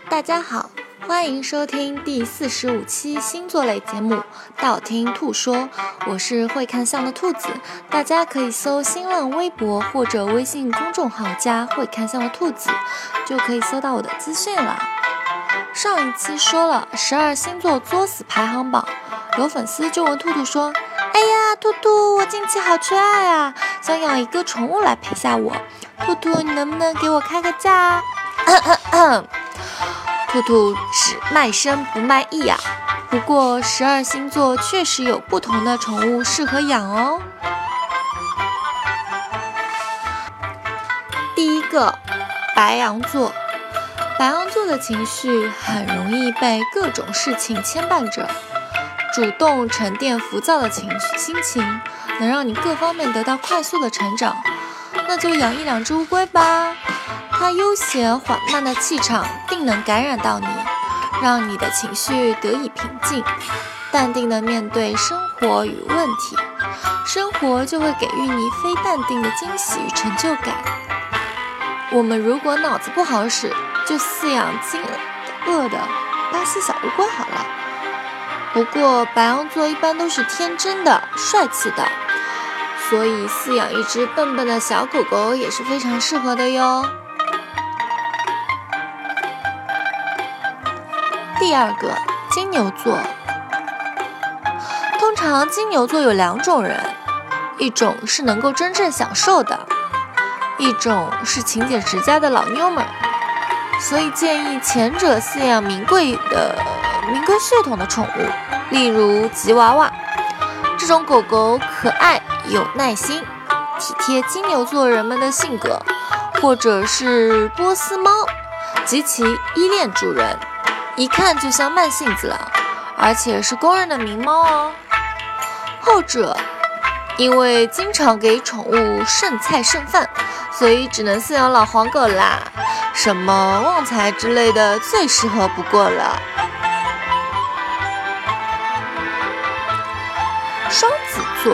大家好，欢迎收听第45期星座类节目道听兔说，我是会看相的兔子，大家可以搜新浪微博或者微信公众号加会看相的兔子，就可以搜到我的资讯了。上一期说了12星座作死排行榜，有粉丝就问兔兔说，哎呀，兔兔，我近期好缺爱啊，想养一个宠物来陪下我，兔兔你能不能给我开个价啊？兔兔只卖身不卖艺啊，不过12星座确实有不同的宠物适合养哦。第一个，白羊座。白羊座的情绪很容易被各种事情牵绊着，主动沉淀浮躁的心情，能让你各方面得到快速的成长。那就养一两只乌龟吧，它悠闲缓慢的气场定能感染到你，让你的情绪得以平静，淡定地面对生活与问题，生活就会给予你非淡定的惊喜与成就感。我们如果脑子不好使，就饲养惊愕的巴西小乌龟好了。不过白羊座一般都是天真的、帅气的，所以饲养一只笨笨的小狗狗也是非常适合的哟。第二个，金牛座。通常金牛座有两种人，一种是能够真正享受的，一种是勤俭持家的老妞们，所以建议前者饲养名贵血统的宠物，例如吉娃娃。这种狗狗可爱有耐心，体贴金牛座人们的性格，或者是波斯猫，极其依恋主人，一看就像慢性子了，而且是公认的名猫哦。后者因为经常给宠物剩菜剩饭，所以只能饲养老黄狗啦，什么旺财之类的最适合不过了。双子座。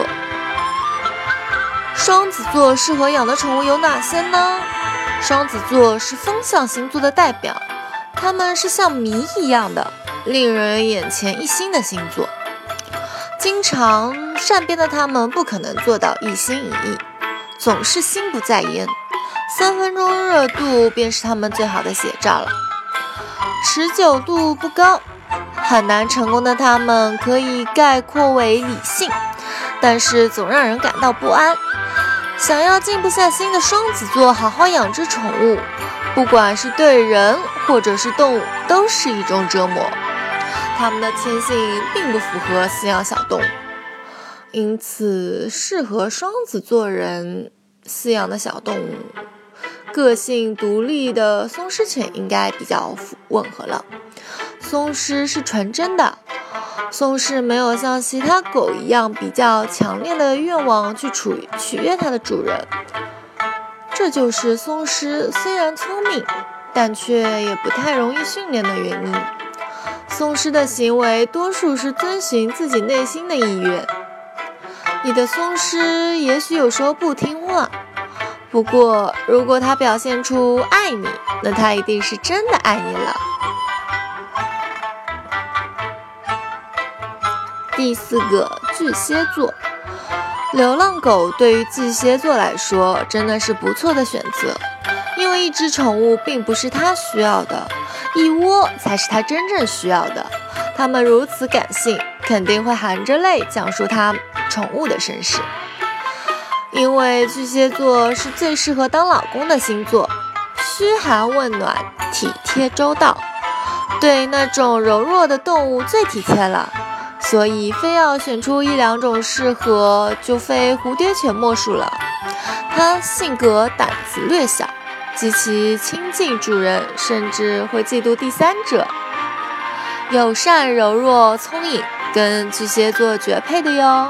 双子座适合养的宠物有哪些呢？双子座是风象星座的代表，它们是像谜一样的，令人眼前一新的星座。经常善变的他们不可能做到一心一意，总是心不在焉，3分钟热度便是他们最好的写照了。持久度不高，很难成功的他们可以概括为理性，但是总让人感到不安。想要静不下心的双子座好好养只宠物，不管是对人或者是动物，都是一种折磨。他们的天性并不符合饲养小动物，因此适合双子座人饲养的小动物，个性独立的松狮犬应该比较吻合了。松狮是纯真的，松狮没有像其他狗一样比较强烈的愿望去取悦它的主人，这就是松狮虽然聪明，但却也不太容易训练的原因。松狮的行为多数是遵循自己内心的意愿。你的松狮也许有时候不听话，不过如果它表现出爱你，那它一定是真的爱你了。第四个，巨蟹座。流浪狗对于巨蟹座来说真的是不错的选择，因为一只宠物并不是它需要的，一窝才是它真正需要的。它们如此感性，肯定会含着泪讲述它宠物的身世。因为巨蟹座是最适合当老公的星座，嘘寒问暖，体贴周到，对那种柔弱的动物最体贴了，所以非要选出一两种适合，就非蝴蝶犬莫属了。它性格胆子略小，极其亲近主人，甚至会嫉妒第三者。友善、柔弱、聪颖，跟巨蟹座绝配的哟。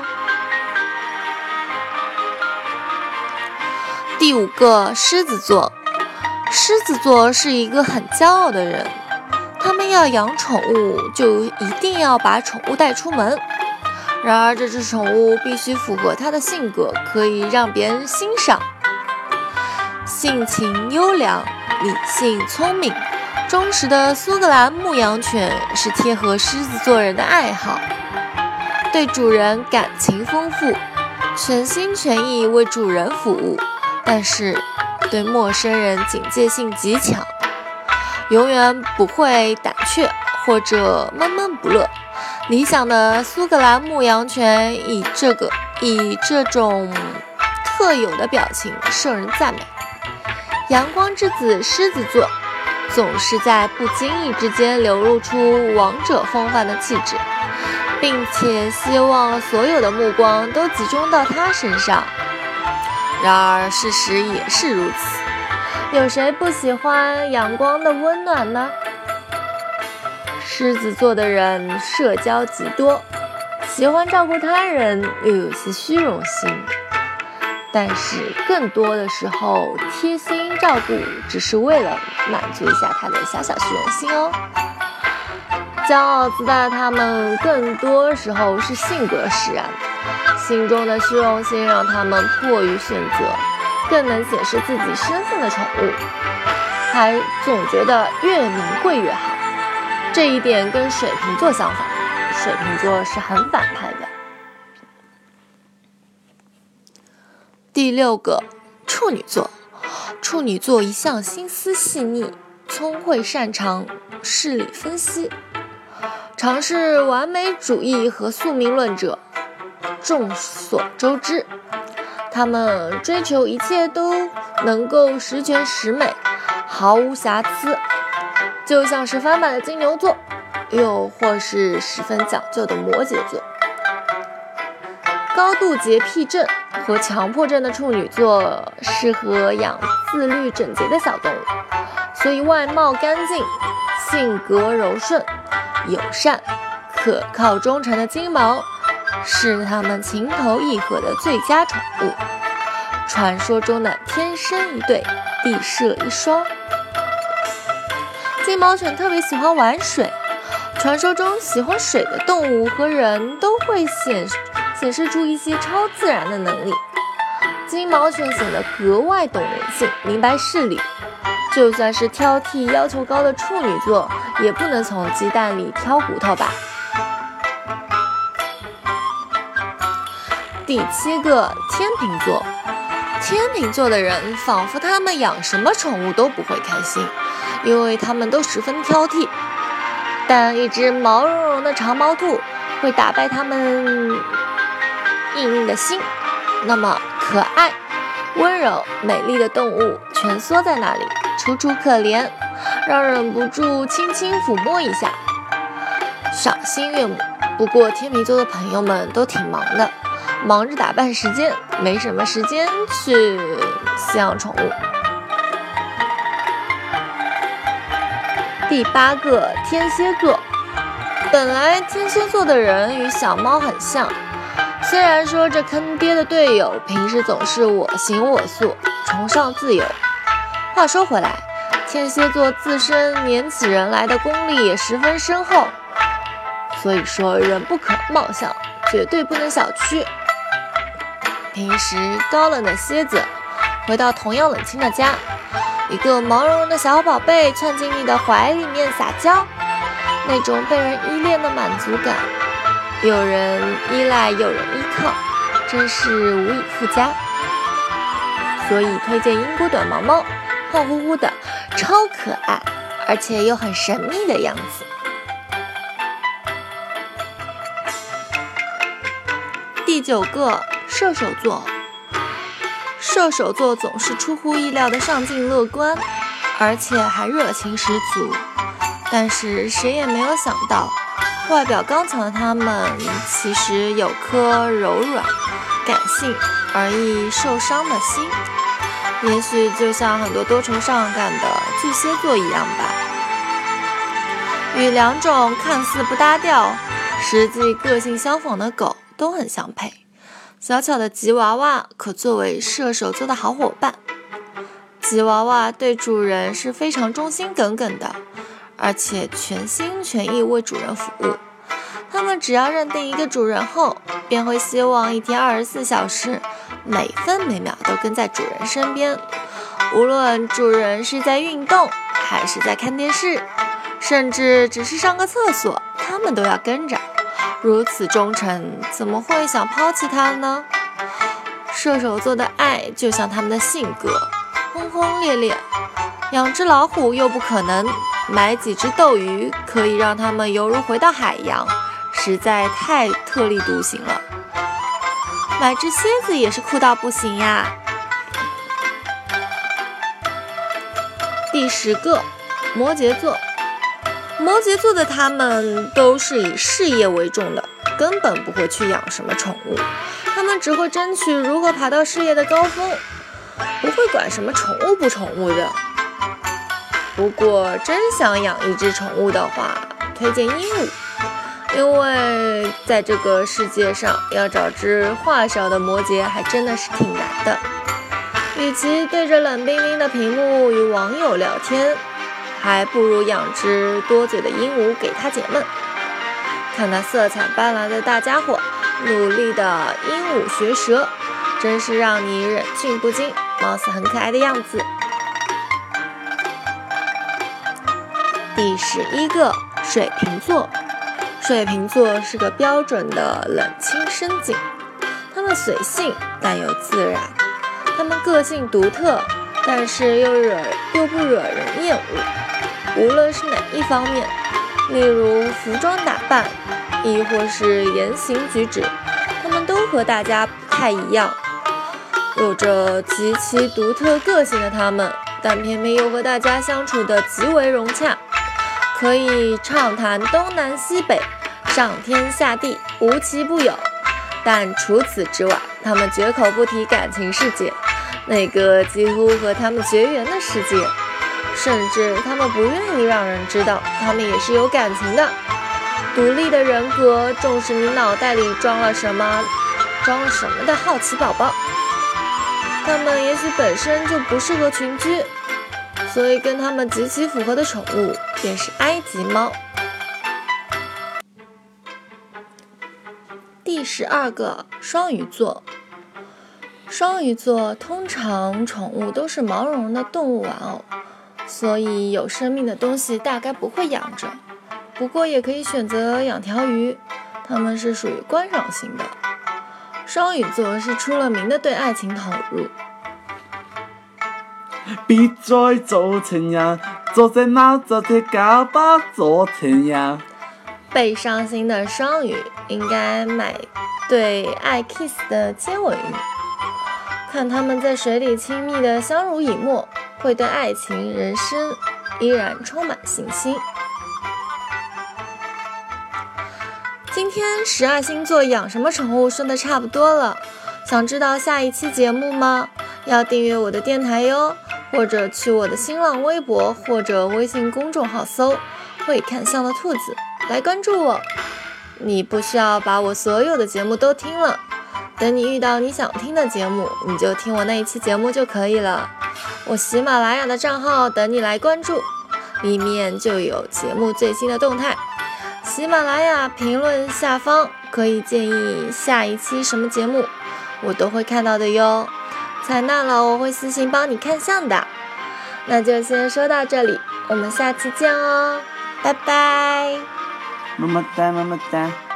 第五个，狮子座。狮子座是一个很骄傲的人，他们要养宠物，就一定要把宠物带出门。然而这只宠物必须符合他的性格，可以让别人欣赏。性情优良，理性聪明， 忠实的苏格兰牧羊犬是贴合狮子座人的爱好，对主人感情丰富，全心全意为主人服务，但是对陌生人警戒性极强，永远不会胆怯或者闷闷不乐。理想的苏格兰牧羊犬以这种特有的表情受人赞美。阳光之子狮子座总是在不经意之间流露出王者风范的气质，并且希望所有的目光都集中到他身上。然而事实也是如此，有谁不喜欢阳光的温暖呢？狮子座的人社交极多，喜欢照顾他人，又有些虚荣心，但是更多的时候贴心照顾只是为了满足一下他的小小虚荣心哦。骄傲自大的他们更多时候是性格使然，心中的虚荣心让他们迫于选择更能显示自己身份的宠物，还总觉得越名贵越好。这一点跟水瓶座相反，水瓶座是很反派的。第6个，处女座。处女座一向心思细腻，聪慧擅长事理分析，常是完美主义和宿命论者。众所周知，他们追求一切都能够十全十美，毫无瑕疵，就像是翻版的金牛座，又或是十分讲究的摩羯座。高度洁癖症和强迫症的处女座适合养自律整洁的小动物，所以外貌干净，性格柔顺友善，可靠忠诚的金毛是他们情投意合的最佳宠物，传说中的天生一对，地设一双。金毛犬特别喜欢玩水，传说中喜欢水的动物和人都会显示出一些超自然的能力。金毛犬显得格外懂人性，明白事理，就算是挑剔要求高的处女座也不能从鸡蛋里挑骨头吧。第7个，天秤座。天秤座的人仿佛他们养什么宠物都不会开心，因为他们都十分挑剔，但一只毛茸茸的长毛兔会打败他们硬硬的心。那么可爱、温柔、美丽的动物蜷缩在那里，楚楚可怜，让人忍不住轻轻抚摸一下，赏心悦目。不过天秤座的朋友们都挺忙的，忙着打扮时间，没什么时间去饲养宠物。第8个，天蝎座。本来天蝎座的人与小猫很像，虽然说这坑爹的队友平时总是我行我素，崇尚自由。话说回来，天蝎座自身粘起人来的功力也十分深厚，所以说人不可貌相，绝对不能小觑。平时高冷的蝎子回到同样冷清的家，一个毛茸茸的小宝贝窜进你的怀里面撒娇，那种被人依恋的满足感，有人依赖有人依靠，真是无以复加。所以推荐英国短毛猫，胖乎乎的，超可爱，而且又很神秘的样子。第9个，射手座。射手座总是出乎意料的上进乐观，而且还热情十足，但是谁也没有想到，外表刚强的他们其实有颗柔软、感性而易受伤的心，也许就像很多多愁善感的巨蟹座一样吧。与2种看似不搭调，实际个性相仿的狗都很相配。小巧的吉娃娃可作为射手座的好伙伴。吉娃娃对主人是非常忠心耿耿的，而且全心全意为主人服务。他们只要认定一个主人后，便会希望一天24小时，每分每秒都跟在主人身边。无论主人是在运动还是在看电视，甚至只是上个厕所，他们都要跟着。如此忠诚，怎么会想抛弃他呢？射手座的爱就像他们的性格，轰轰烈烈。养只老虎又不可能，买几只斗鱼可以让他们犹如回到海洋，实在太特立独行了。买只蝎子也是酷到不行呀。第10个，摩羯座。摩羯座的他们都是以事业为重的，根本不会去养什么宠物，他们只会争取如何爬到事业的高峰，不会管什么宠物不宠物的。不过真想养一只宠物的话，推荐鹦鹉，因为在这个世界上要找只话少的摩羯还真的是挺难的。与其对着冷冰冰的屏幕与网友聊天，还不如养只多嘴的鹦鹉给它解闷。看那色彩斑斓的大家伙，努力的鹦鹉学舌，真是让你忍俊不禁，貌似很可爱的样子。第11个，水瓶座。水瓶座是个标准的冷清深静，他们随性但又自然，他们个性独特，但是又不惹人厌恶。无论是哪一方面，例如服装打扮，亦或是言行举止，他们都和大家不太一样。有着极其独特个性的他们，但偏偏又和大家相处得极为融洽，可以畅谈东南西北，上天下地，无奇不有。但除此之外，他们绝口不提感情世界，那个几乎和他们绝缘的世界，甚至他们不愿意让人知道他们也是有感情的。独立的人格，重视你脑袋里装了什么的好奇宝宝。他们也许本身就不适合群居，所以跟他们极其符合的宠物便是埃及猫。第12个，双鱼座。双鱼座通常宠物都是毛茸茸的动物玩偶，所以有生命的东西大概不会养着，不过也可以选择养条鱼，它们是属于观赏型的。双鱼座是出了名的对爱情投入。 别再做情人，做只貓，做只狗，不做情人。 被伤心的双鱼应该买对爱 kiss 的接吻鱼，看他们在水里亲密的相濡以沫，会对爱情人生依然充满信心。今天12星座养什么宠物说的差不多了，想知道下一期节目吗？要订阅我的电台哟，或者去我的新浪微博或者微信公众号搜会看相的兔子来关注我。你不需要把我所有的节目都听了，等你遇到你想听的节目，你就听我那一期节目就可以了。我喜马拉雅的账号等你来关注，里面就有节目最新的动态。喜马拉雅评论下方可以建议下一期什么节目，我都会看到的哟。采纳了我会私信帮你看相的。那就先说到这里，我们下期见哦，拜拜。 么么哒，么么哒。